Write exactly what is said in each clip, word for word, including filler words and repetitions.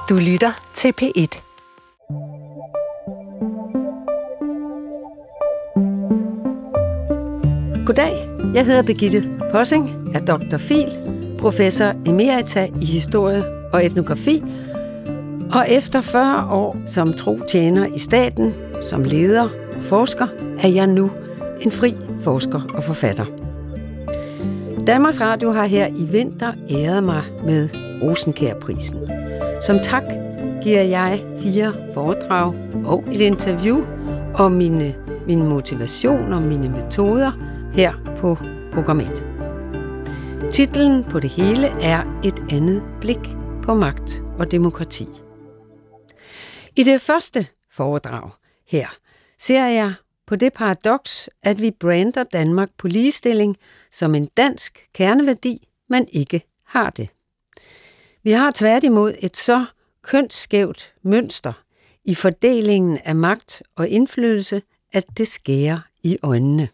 Du lytter til P et. Goddag, jeg hedder Birgitte Possing, er doktor Phil, professor emerita i historie og etnografi, og efter fyrre år som tro tjener i staten, som leder og forsker, er jeg nu en fri forsker og forfatter. Danmarks Radio har her i vinter æret mig med Rosenkjærprisen. Som tak giver jeg fire foredrag og et interview om mine, min motivation og mine metoder her på Program et. Titlen på det hele er Et andet blik på magt og demokrati. I det første foredrag her ser jeg på det paradoks, at vi brander Danmark på ligestilling som en dansk kerneværdi, men ikke har det. Vi har tværtimod et så kønsskævt mønster i fordelingen af magt og indflydelse, at det skærer i øjnene.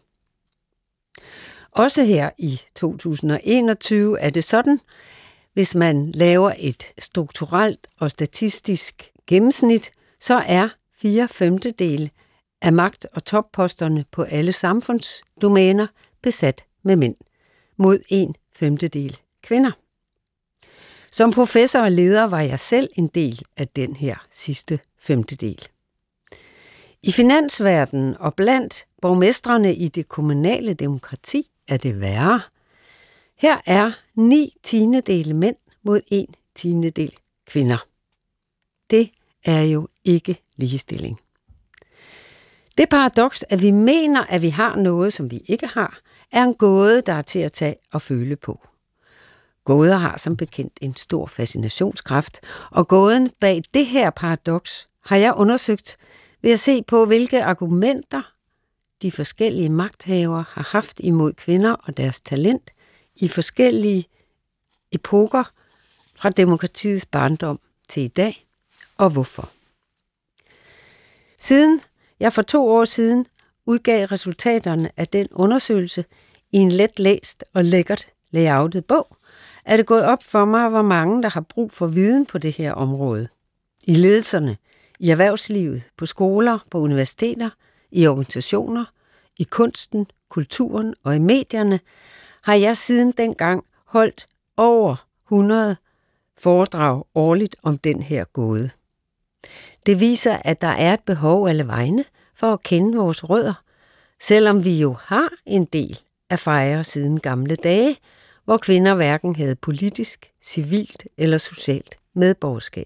Også her i to tusind og enogtyve er det sådan, hvis man laver et strukturelt og statistisk gennemsnit, så er fire femtedele af magt- og topposterne på alle samfundsdomæner besat med mænd, mod en femtedel kvinder. Som professor og leder var jeg selv en del af den her sidste femtedel. I finansverdenen og blandt borgmestrene i det kommunale demokrati er det værre. Her er ni tiendedele mænd mod en tiendedel kvinder. Det er jo ikke ligestilling. Det paradoks, at vi mener, at vi har noget, som vi ikke har, er en gåde, der er til at tage og føle på. Gåder har som bekendt en stor fascinationskraft, og gåden bag det her paradoks har jeg undersøgt ved at se på, hvilke argumenter de forskellige magthavere har haft imod kvinder og deres talent i forskellige epoker fra demokratiets barndom til i dag, og hvorfor. Siden jeg for to år siden udgav resultaterne af den undersøgelse i en let læst og lækkert layoutet bog, er det gået op for mig, hvor mange der har brug for viden på det her område. I ledelserne, i erhvervslivet, på skoler, på universiteter, i organisationer, i kunsten, kulturen og i medierne, har jeg siden dengang holdt over hundrede foredrag årligt om den her gåde. Det viser, at der er et behov alle vegne for at kende vores rødder, selvom vi jo har en del at fejre siden gamle dage, hvor kvinder hverken havde politisk, civilt eller socialt medborgerskab.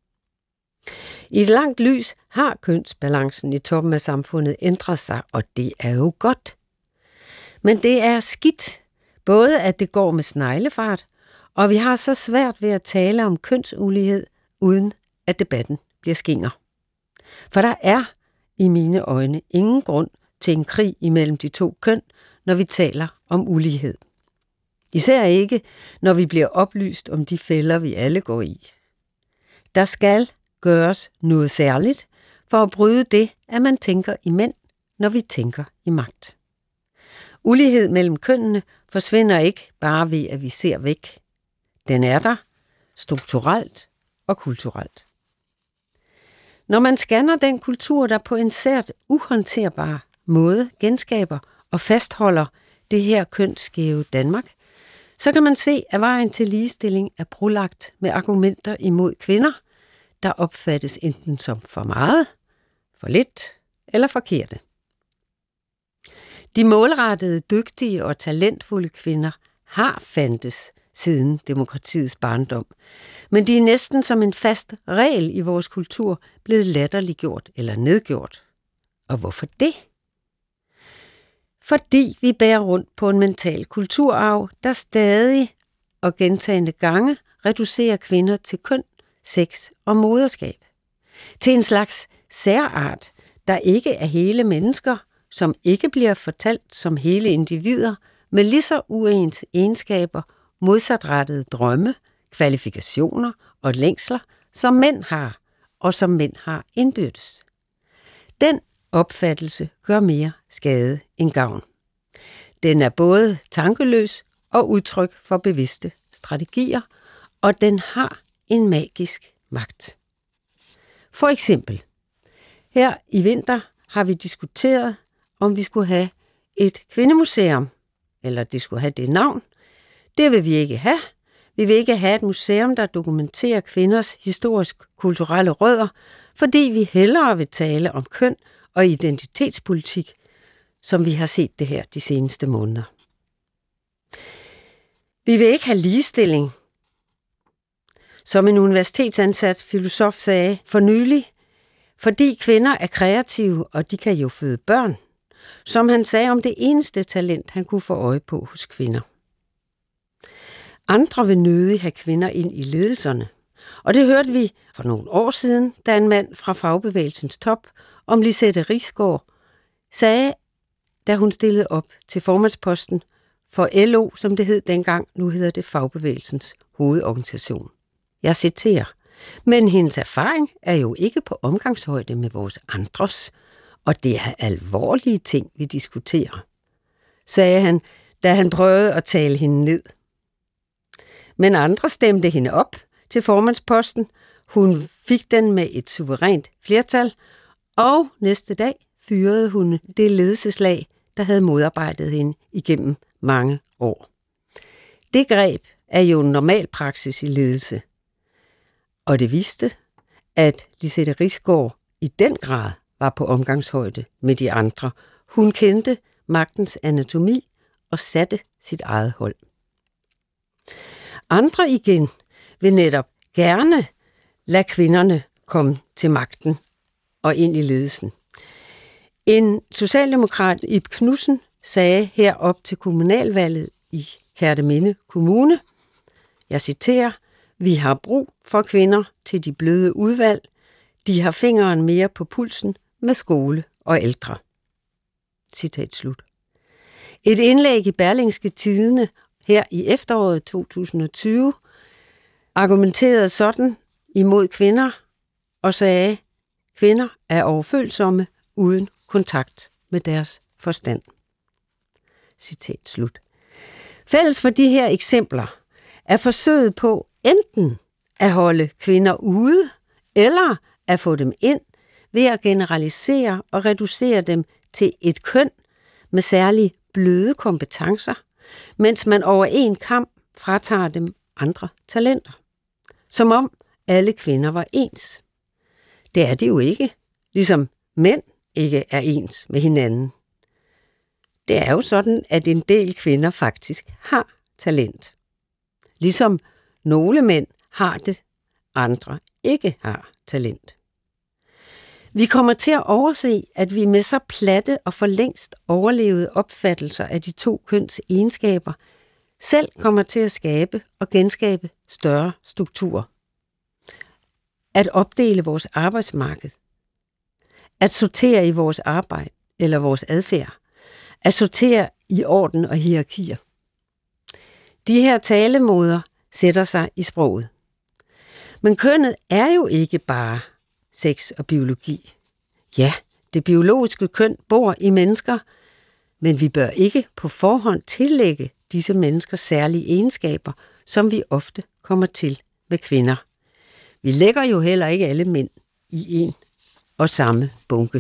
I et langt lys har kønsbalancen i toppen af samfundet ændret sig, og det er jo godt. Men det er skidt, både at det går med sneglefart, og vi har så svært ved at tale om kønsulighed, uden at debatten bliver skinger. For der er i mine øjne ingen grund til en krig imellem de to køn, når vi taler om ulighed. Især ikke, når vi bliver oplyst om de fælder, vi alle går i. Der skal gøres noget særligt for at bryde det, at man tænker i mænd, når vi tænker i magt. Ulighed mellem kønnene forsvinder ikke bare ved, at vi ser væk. Den er der, strukturelt og kulturelt. Når man scanner den kultur, der på en sært uhåndterbar måde genskaber og fastholder det her kønsskæve Danmark, så kan man se, at vejen til ligestilling er brolagt med argumenter imod kvinder, der opfattes enten som for meget, for lidt eller forkerte. De målrettede, dygtige og talentfulde kvinder har fandtes siden demokratiets barndom, men de er næsten som en fast regel i vores kultur blevet latterliggjort eller nedgjort. Og hvorfor det? Fordi vi bærer rundt på en mental kulturarv, der stadig og gentagne gange reducerer kvinder til køn, sex og moderskab. Til en slags særart, der ikke er hele mennesker, som ikke bliver fortalt som hele individer, med lige så uens egenskaber, modsatrettede drømme, kvalifikationer og længsler, som mænd har, og som mænd har indbyrdes. Den opfattelse gør mere skade end gavn. Den er både tankeløs og udtryk for bevidste strategier, og den har en magisk magt. For eksempel, her i vinter har vi diskuteret, om vi skulle have et kvindemuseum, eller det skulle have det navn. Det vil vi ikke have. Vi vil ikke have et museum, der dokumenterer kvinders historisk-kulturelle rødder, fordi vi hellere vil tale om køn og identitetspolitik, som vi har set det her de seneste måneder. Vi vil ikke have ligestilling. Som en universitetsansat filosof sagde for nylig, fordi kvinder er kreative, og de kan jo føde børn, som han sagde om det eneste talent, han kunne få øje på hos kvinder. Andre vil nødig have kvinder ind i ledelserne, og det hørte vi for nogle år siden, da en mand fra fagbevægelsens top, om Lisette Risgaard, sagde, da hun stillede op til formandsposten for L O, som det hed dengang, nu hedder det Fagbevægelsens hovedorganisation. Jeg citerer, men hendes erfaring er jo ikke på omgangshøjde med vores andres, og det er alvorlige ting, vi diskuterer, sagde han, da han prøvede at tale hende ned. Men andre stemte hende op til formandsposten. Hun fik den med et suverænt flertal, og næste dag fyrede hun det ledelseslag, der havde modarbejdet hende igennem mange år. Det greb er jo en normal praksis i ledelse, og det viste, at Lisette Risgaard i den grad var på omgangshøjde med de andre. Hun kendte magtens anatomi og satte sit eget hold. Andre igen vil netop gerne lade kvinderne komme til magten og ind i ledelsen. En socialdemokrat, Ib Knudsen, sagde herop til kommunalvalget i Kerteminde Kommune, jeg citerer, vi har brug for kvinder til de bløde udvalg. De har fingeren mere på pulsen med skole og ældre. Citat slut. Et indlæg i Berlingske Tidende her i efteråret to tusind og tyve argumenterede sådan imod kvinder og sagde, kvinder er overfølsomme uden kontakt med deres forstand. Citat slut. Fælles for de her eksempler er forsøget på enten at holde kvinder ude, eller at få dem ind ved at generalisere og reducere dem til et køn med særlige bløde kompetencer, mens man over en kam fratager dem andre talenter. Som om alle kvinder var ens. Det er det jo ikke, ligesom mænd ikke er ens med hinanden. Det er jo sådan, at en del kvinder faktisk har talent. Ligesom nogle mænd har det, andre ikke har talent. Vi kommer til at overse, at vi med så platte og for længst overlevede opfattelser af de to køns egenskaber, selv kommer til at skabe og genskabe større strukturer. At opdele vores arbejdsmarked. At sortere i vores arbejde eller vores adfærd. At sortere i orden og hierarkier. De her talemåder sætter sig i sproget. Men kønnet er jo ikke bare sex og biologi. Ja, det biologiske køn bor i mennesker, men vi bør ikke på forhånd tillægge disse mennesker særlige egenskaber, som vi ofte kommer til med kvinder. Vi lægger jo heller ikke alle mænd i en og samme bunke.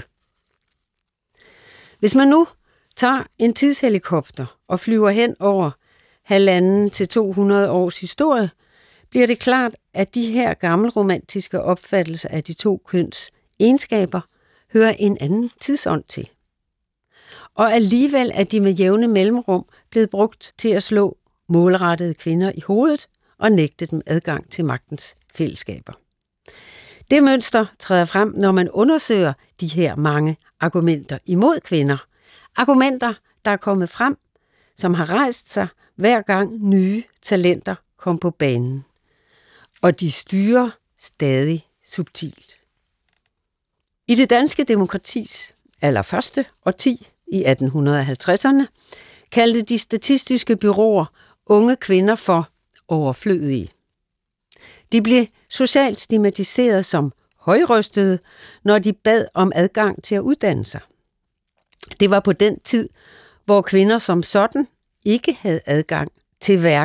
Hvis man nu tager en tidshelikopter og flyver hen over halvanden til to hundrede års historie, bliver det klart, at de her gammelromantiske opfattelser af de to køns egenskaber hører en anden tidsånd til. Og alligevel er de med jævne mellemrum blevet brugt til at slå målrettede kvinder i hovedet og nægte dem adgang til magtens fællesskaber. Det mønster træder frem, når man undersøger de her mange argumenter imod kvinder. Argumenter, der er kommet frem, som har rejst sig hver gang nye talenter kom på banen. Og de styrer stadig subtilt. I det danske demokratis allerførste årti i atten halvtredserne kaldte de statistiske bureauer unge kvinder for overflødige. De blev socialt stigmatiseret som højrøstede, når de bad om adgang til at uddanne sig. Det var på den tid, hvor kvinder som sådan ikke havde adgang til hverken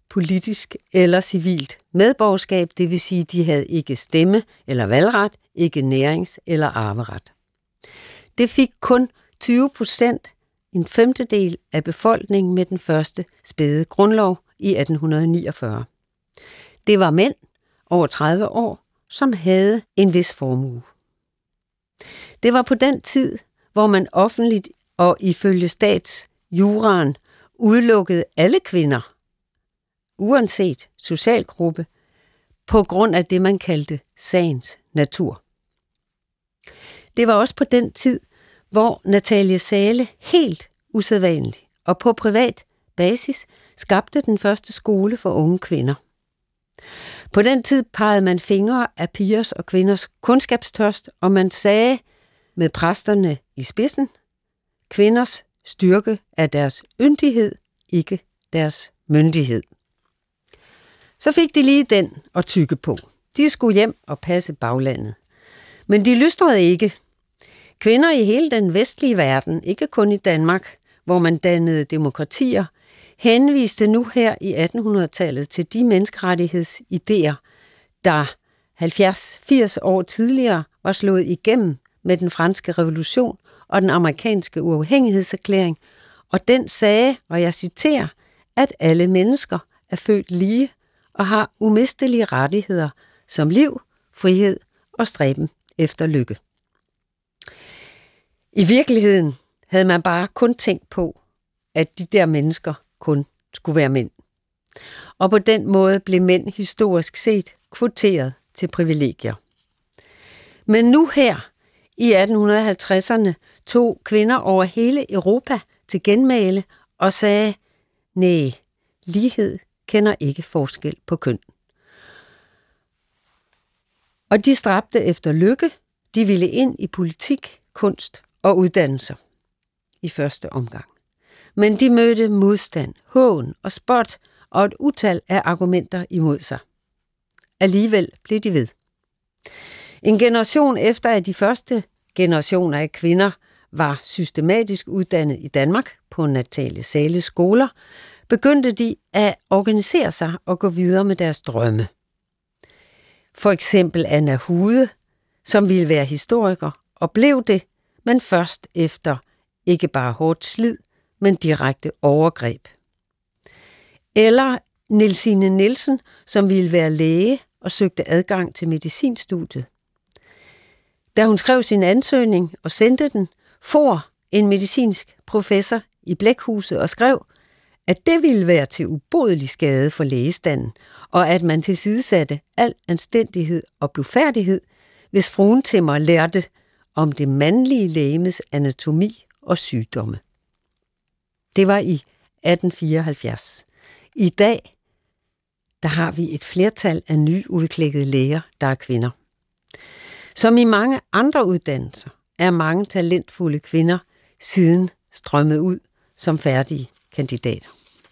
politisk eller civilt medborgerskab, det vil sige, de havde ikke stemme eller valgret, ikke nærings- eller arveret. Det fik kun tyve procent, en femtedel af befolkningen med den første spæde grundlov i atten niogfyrre. Det var mænd over tredive år, som havde en vis formue. Det var på den tid, hvor man offentligt og ifølge statsjuraen udelukkede alle kvinder, uanset socialgruppe, på grund af det, man kaldte sagens natur. Det var også på den tid, hvor Natalie Zahle helt usædvanligt og på privat basis skabte den første skole for unge kvinder. På den tid pegede man fingre af pigers og kvinders kundskabstørst, og man sagde med præsterne i spidsen, kvinders styrke er deres yndighed, ikke deres myndighed. Så fik de lige den at tygge på. De skulle hjem og passe baglandet. Men de lystrede ikke. Kvinder i hele den vestlige verden, ikke kun i Danmark, hvor man dannede demokratier, henviste nu her i attenhundredetallet til de menneskerettighedsidéer, der halvfjerds til firs år tidligere var slået igennem med den franske revolution og den amerikanske uafhængighedserklæring, og den sagde, og jeg citerer, at alle mennesker er født lige og har umistelige rettigheder som liv, frihed og stræben efter lykke. I virkeligheden havde man bare kun tænkt på, at de der mennesker kun skulle være mænd. Og på den måde blev mænd historisk set kvoteret til privilegier. Men nu her i atten halvtredserne tog kvinder over hele Europa til genmæle og sagde, nej, lighed kender ikke forskel på køn. Og de stræbte efter lykke, de ville ind i politik, kunst og uddannelser i første omgang. Men de mødte modstand, hån og spot og et utal af argumenter imod sig. Alligevel blev de ved. En generation efter, at de første generationer af kvinder var systematisk uddannet i Danmark på Natalie Zahles skoler, begyndte de at organisere sig og gå videre med deres drømme. For eksempel Anna Hude, som ville være historiker, og blev det, men først efter ikke bare hårdt slid, men direkte overgreb. Eller Nielsine Nielsen, som ville være læge og søgte adgang til medicinstudiet. Da hun skrev sin ansøgning og sendte den, for en medicinsk professor i Blækhuset og skrev, at det ville være til ubodelig skade for lægestanden, og at man tilsidesatte al anstændighed og blufærdighed, hvis fruentimmer lærte om det mandlige legemes anatomi og sygdomme. Det var i atten fireoghalvfjerds. I dag, der har vi et flertal af nyudklækkede læger, der er kvinder. Som i mange andre uddannelser, er mange talentfulde kvinder siden strømmet ud som færdige kandidater.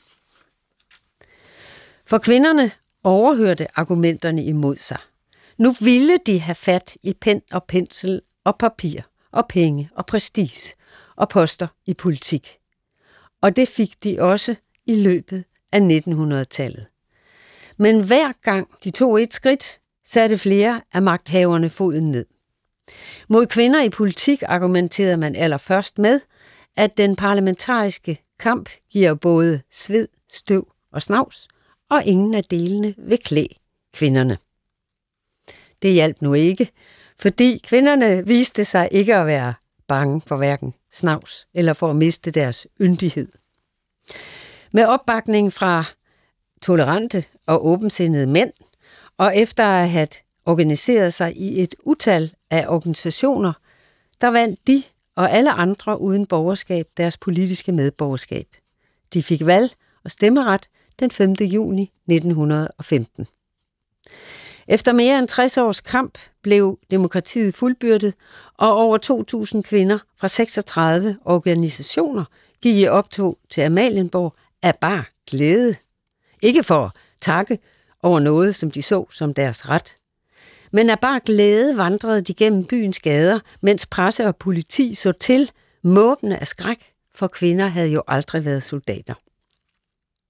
For kvinderne overhørte argumenterne imod sig. Nu ville de have fat i pen og pensel og papir og penge og prestige og poster i politik. Og det fik de også i løbet af nittenhundredetallet. Men hver gang de tog et skridt, satte flere af magthaverne foden ned. Mod kvinder i politik argumenterede man allerførst med, at den parlamentariske kamp giver både sved, støv og snavs, og ingen af delene vil klæde kvinderne. Det hjalp nu ikke, fordi kvinderne viste sig ikke at være bange for hverken snavs eller for at miste deres yndighed. Med opbakning fra tolerante og åbensindede mænd, og efter at have organiseret sig i et utal af organisationer, der vandt de og alle andre uden borgerskab deres politiske medborgerskab. De fik valg og stemmeret den femte juni nitten femten. Efter mere end tres års kamp blev demokratiet fuldbyrdet, og over to tusind kvinder fra seksogtredive organisationer gik i optog til Amalienborg af bare glæde. Ikke for at takke over noget, som de så som deres ret, men af bare glæde vandrede de gennem byens gader, mens presse og politi så til, måbende af skræk, for kvinder havde jo aldrig været soldater.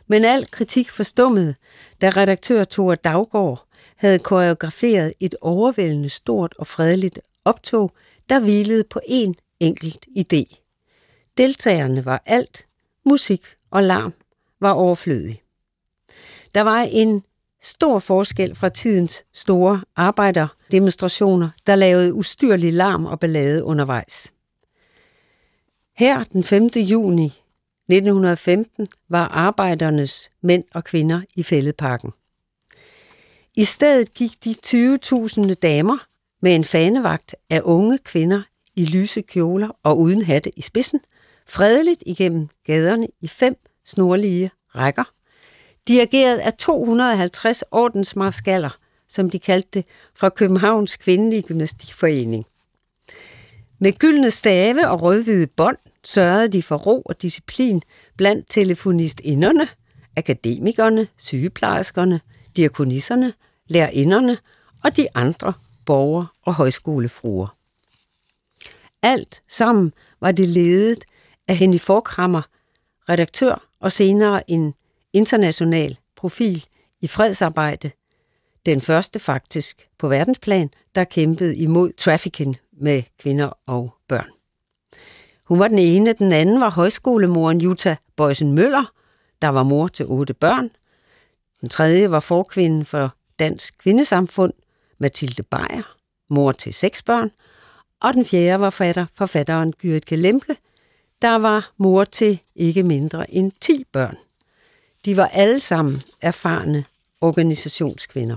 Men al kritik forstummede, da redaktør Tore Daugaard havde koreograferet et overvældende stort og fredeligt optog, der hvilede på én enkelt idé. Deltagerne var alt, musik og larm var overflødig. Der var en stor forskel fra tidens store arbejderdemonstrationer, der lavede ustyrlig larm og ballade undervejs. Her den femte juni nitten femten var arbejdernes mænd og kvinder i Fælledparken. I stedet gik de tyve tusind damer med en fanevagt af unge kvinder i lyse kjoler og uden hatte i spidsen, fredeligt igennem gaderne i fem snorlige rækker, dirigeret af to hundrede og halvtreds ordensmarskaller, som de kaldte det, fra Københavns Kvindelige Gymnastikforening. Med gyldne stave og rødhvide bånd sørgede de for ro og disciplin blandt telefonistinderne, akademikerne, sygeplejerskerne, diakonisserne, lærerinderne og de andre borger- og højskolefruer. Alt sammen var det ledet af Henny Forchhammer, redaktør og senere en international profil i fredsarbejde, den første faktisk på verdensplan, der kæmpede imod trafficking med kvinder og børn. Hun var den ene, den anden var højskolemoren Jutta Bøjsen Møller, der var mor til otte børn. Den tredje var forkvinden for Dansk Kvindesamfund, Mathilde Beyer, mor til seks børn. Og den fjerde var fatter, forfatteren Gyritke Lemke, der var mor til ikke mindre end ti børn. De var alle sammen erfarne organisationskvinder.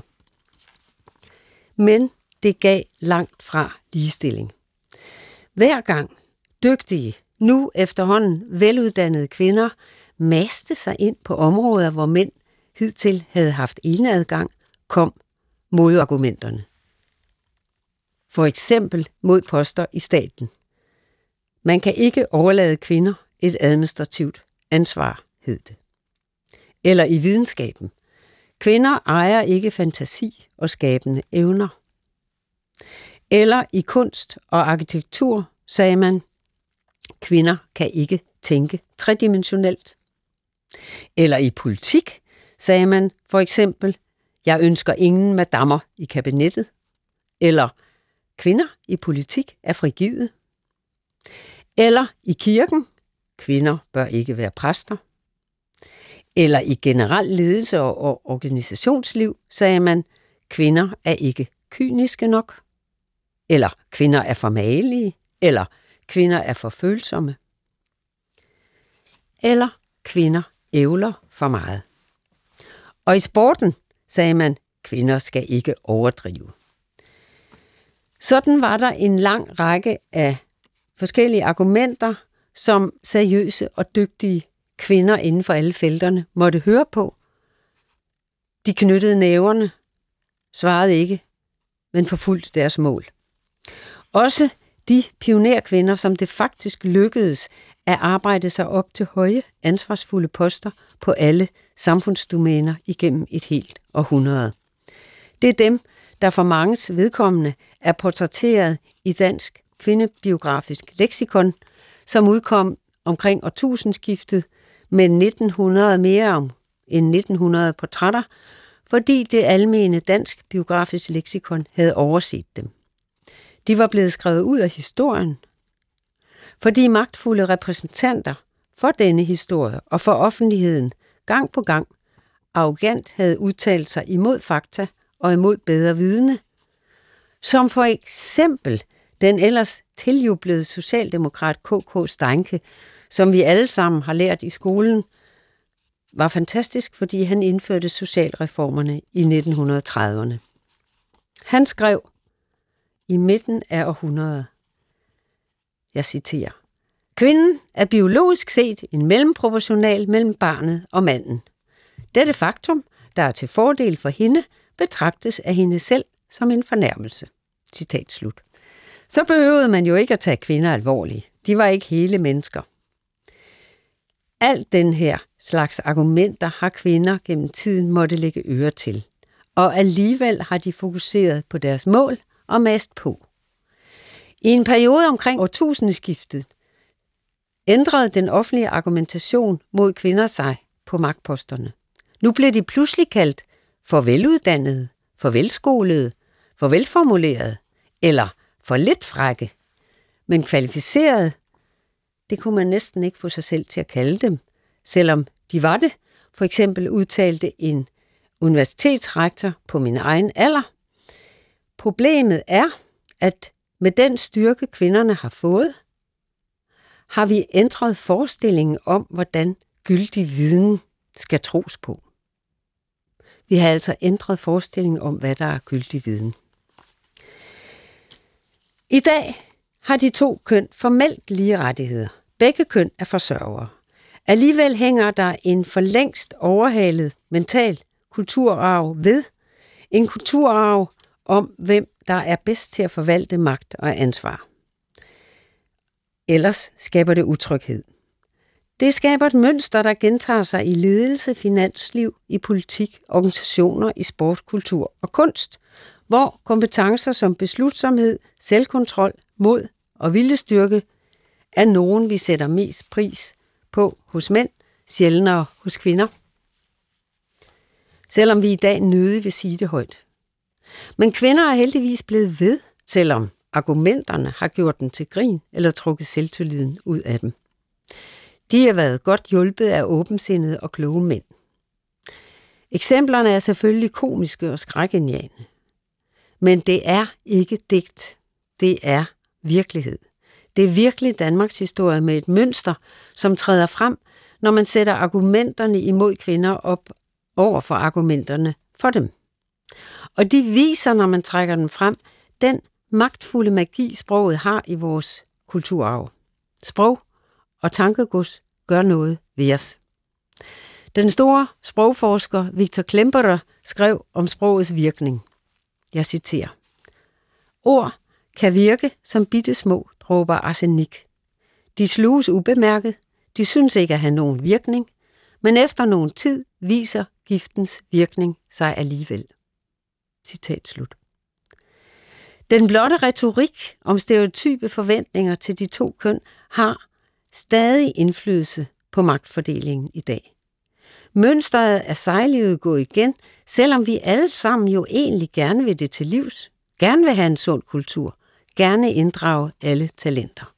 Men det gav langt fra ligestilling. Hver gang dygtige, nu efterhånden veluddannede kvinder maste sig ind på områder, hvor mænd hidtil havde haft eneadgang, kom modargumenterne. For eksempel mod poster i staten. Man kan ikke overlade kvinder et administrativt ansvar, hed det. Eller i videnskaben. Kvinder ejer ikke fantasi og skabende evner. Eller i kunst og arkitektur sagde man, kvinder kan ikke tænke tredimensionelt. Eller i politik sagde man for eksempel, jeg ønsker ingen madammer i kabinettet. Eller kvinder i politik er frigide. Eller i kirken, kvinder bør ikke være præster. Eller i generel ledelse og organisationsliv sagde man, kvinder er ikke kyniske nok. Eller kvinder er for magelige. Eller kvinder er for følsomme. Eller kvinder ævler for meget. Og i sporten sagde man, kvinder skal ikke overdrive. Sådan var der en lang række af forskellige argumenter, som seriøse og dygtige kvinder inden for alle felterne måtte høre på. De knyttede næverne, svarede ikke, men forfulgte deres mål. Også de pionerkvinder, som det faktisk lykkedes at arbejde sig op til høje, ansvarsfulde poster på alle samfundsdomæner igennem et helt århundrede. Det er dem, der for manges vedkommende er portrætteret i Dansk Kvindebiografisk Leksikon, som udkom omkring årtusindskiftet med nitten hundrede mere om end nitten hundrede portrætter, fordi det almene Dansk Biografisk Leksikon havde overset dem. De var blevet skrevet ud af historien, fordi magtfulde repræsentanter for denne historie og for offentligheden gang på gang arrogant havde udtalt sig imod fakta og imod bedre vidne, som for eksempel den ellers tiljublede socialdemokrat K K Steinke, som vi alle sammen har lært i skolen, var fantastisk, fordi han indførte socialreformerne i nitten trediverne. Han skrev i midten af århundredet, jeg citerer, kvinden er biologisk set en mellemproportional mellem barnet og manden. Dette faktum, der er til fordel for hende, betragtes af hende selv som en fornærmelse. Citat slut. Så behøvede man jo ikke at tage kvinder alvorligt. De var ikke hele mennesker. Alt den her slags argumenter har kvinder gennem tiden måtte lægge øre til. Og alligevel har de fokuseret på deres mål og mast på. I en periode omkring årtusindeskiftet ændrede den offentlige argumentation mod kvinder sig på magtposterne. Nu blev de pludselig kaldt for veluddannede, for velskolede, for velformulerede eller for lidt frække. Men kvalificerede, det kunne man næsten ikke få sig selv til at kalde dem, selvom de var det. For eksempel udtalte en universitetsrektor på min egen alder: problemet er, at med den styrke kvinderne har fået, har vi ændret forestillingen om, hvordan gyldig viden skal tros på. Vi har altså ændret forestillingen om, hvad der er gyldig viden. I dag har de to køn formelt lige rettigheder. Begge køn er forsørgere. Alligevel hænger der en for længst overhalet mental kulturarv ved. En kulturarv om, hvem der er bedst til at forvalte magt og ansvar. Ellers skaber det utryghed. Det skaber et mønster, der gentager sig i ledelse, finansliv, i politik, organisationer, i sport, kultur og kunst, hvor kompetencer som beslutsomhed, selvkontrol, mod og viljestyrke er nogen, vi sætter mest pris på hos mænd, sjældnere hos kvinder. Selvom vi i dag nødig vil sige det højt. Men kvinder er heldigvis blevet ved, selvom argumenterne har gjort dem til grin eller trukket selvtilliden ud af dem. De har været godt hjulpet af åbensindede og kloge mænd. Eksemplerne er selvfølgelig komiske og skrækindjagende. Men det er ikke digt. Det er virkelighed. Det er virkelig Danmarks historie med et mønster, som træder frem, når man sætter argumenterne imod kvinder op over for argumenterne for dem. Og de viser, når man trækker den frem, den magtfulde magi, sproget har i vores kulturarv. Sprog og tankegods gør noget ved os. Den store sprogforsker Victor Klemperer skrev om sprogets virkning. Jeg citerer: ord kan virke som bitte små dråber arsenik. De sluges ubemærket, de synes ikke at have nogen virkning, men efter nogen tid viser giftens virkning sig alligevel. Citat slut. Den blotte retorik om stereotype forventninger til de to køn har stadig indflydelse på magtfordelingen i dag. Mønstret er sejlivet gået igen, selvom vi alle sammen jo egentlig gerne vil det til livs, gerne vil have en sund kultur, gerne inddrage alle talenter.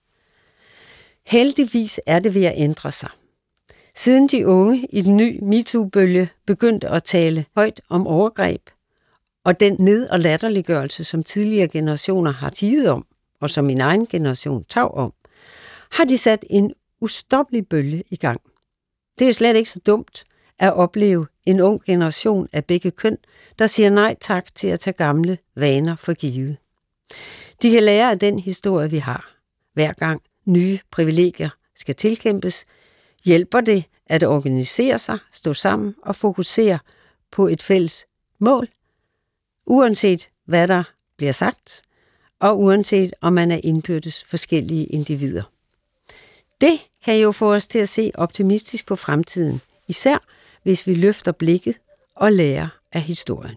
Heldigvis er det ved at ændre sig. Siden de unge i den nye MeToo-bølge begyndte at tale højt om overgreb, og den ned- og latterliggørelse, som tidligere generationer har tiget om, og som min egen generation tav om, har de sat en ustoppelig bølge i gang. Det er slet ikke så dumt at opleve en ung generation af begge køn, der siger nej tak til at tage gamle vaner for givet. De kan lære af den historie, vi har. Hver gang nye privilegier skal tilkæmpes, hjælper det at organisere sig, stå sammen og fokusere på et fælles mål, uanset hvad der bliver sagt, og uanset om man er indbyrdes forskellige individer. Det kan jo få os til at se optimistisk på fremtiden, især hvis vi løfter blikket og lærer af historien.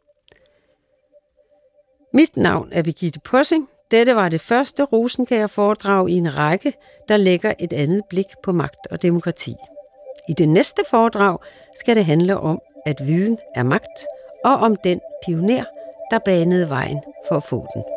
Mit navn er Birgitte Possing. Dette var det første Rosenkjær-foredrag i en række, der lægger et andet blik på magt og demokrati. I det næste foredrag skal det handle om, at viden er magt, og om den pioner, der banede vejen for at få den.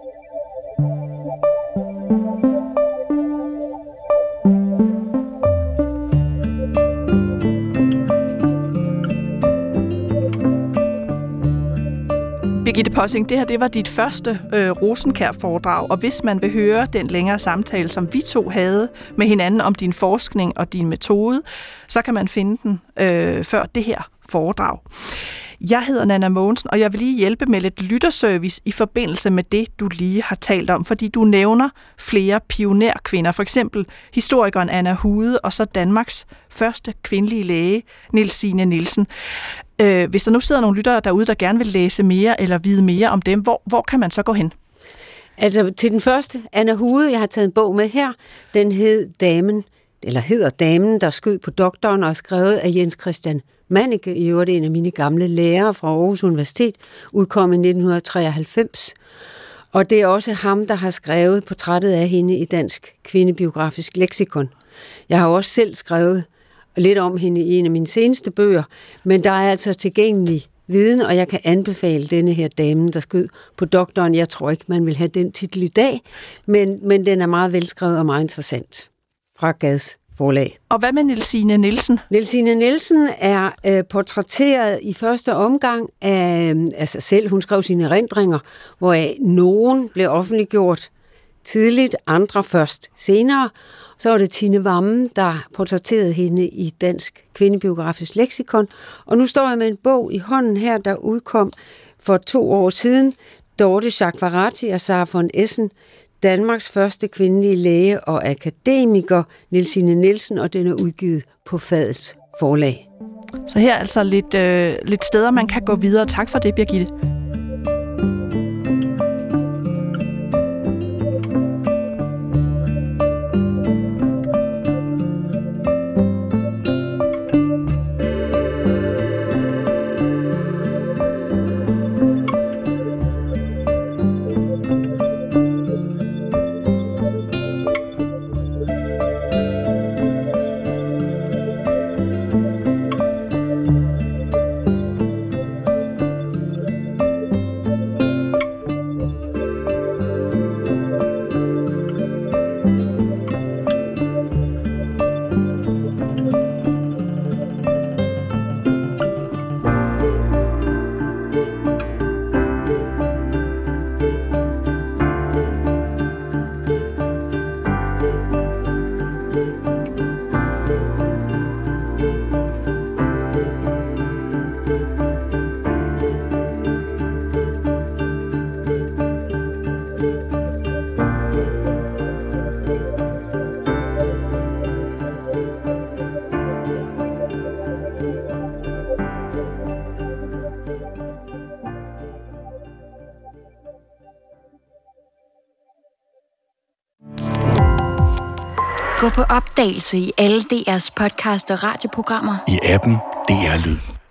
Birgitte Possing, det her det var dit første øh, Rosenkjær-foredrag, og hvis man vil høre den længere samtale, som vi to havde med hinanden om din forskning og din metode, så kan man finde den øh, før det her foredrag. Jeg hedder Nanna Mogensen, og jeg vil lige hjælpe med lidt lytterservice i forbindelse med det, du lige har talt om, fordi du nævner flere pionerkvinder, for eksempel historikeren Anna Hude, og så Danmarks første kvindelige læge, Niels Signe Nielsen. Øh, hvis der nu sidder nogle lyttere derude, der gerne vil læse mere eller vide mere om dem, hvor, hvor kan man så gå hen? Altså til den første, Anna Hude, jeg har taget en bog med her, den hed Damen, eller hedder Damen, der skød på doktoren, og er skrevet af Jens Christian Mannicke, i øvrigt en af mine gamle lærere fra Aarhus Universitet, udkom i nitten treoghalvfems. Og det er også ham, der har skrevet portrættet af hende i Dansk Kvindebiografisk Leksikon. Jeg har også selv skrevet lidt om hende i en af mine seneste bøger, men der er altså tilgængelig viden, og jeg kan anbefale denne her dame, der skød på doktoren. Jeg tror ikke, man vil have den titel i dag, men, men den er meget velskrevet og meget interessant fra Gads forlag. Og hvad med Nielsine Nielsen? Nielsine Nielsen er øh, portrætteret i første omgang af, af sig selv. Hun skrev sine erindringer, hvoraf nogen blev offentliggjort tidligt, andre først senere. Så var det Tine Wammen, der portrætterede hende i Dansk Kvindebiografisk Leksikon. Og nu står jeg med en bog i hånden her, der udkom for to år siden. Dorte Chakravarty og Sara von Essen, Danmarks første kvindelige læge og akademiker, Nielsine Nielsen, og den er udgivet på Fadets forlag. Så her er altså lidt, øh, lidt steder, man kan gå videre. Tak for det, Birgitte. Gå på opdagelse i alle D R's podcast og radioprogrammer. I appen D R Lyd.